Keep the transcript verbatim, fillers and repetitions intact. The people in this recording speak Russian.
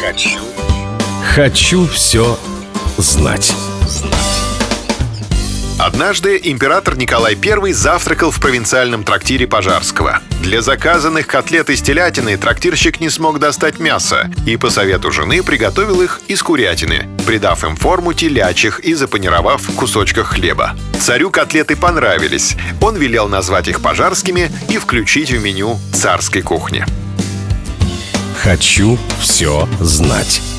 Хочу. Хочу все знать. Однажды император Николай Первый завтракал в провинциальном трактире Пожарского. Для заказанных котлет из телятины трактирщик не смог достать мясо и по совету жены приготовил их из курятины, придав им форму телячьих и запанировав в кусочках хлеба. Царю котлеты понравились. Он велел назвать их пожарскими и включить в меню царской кухни. Хочу все знать.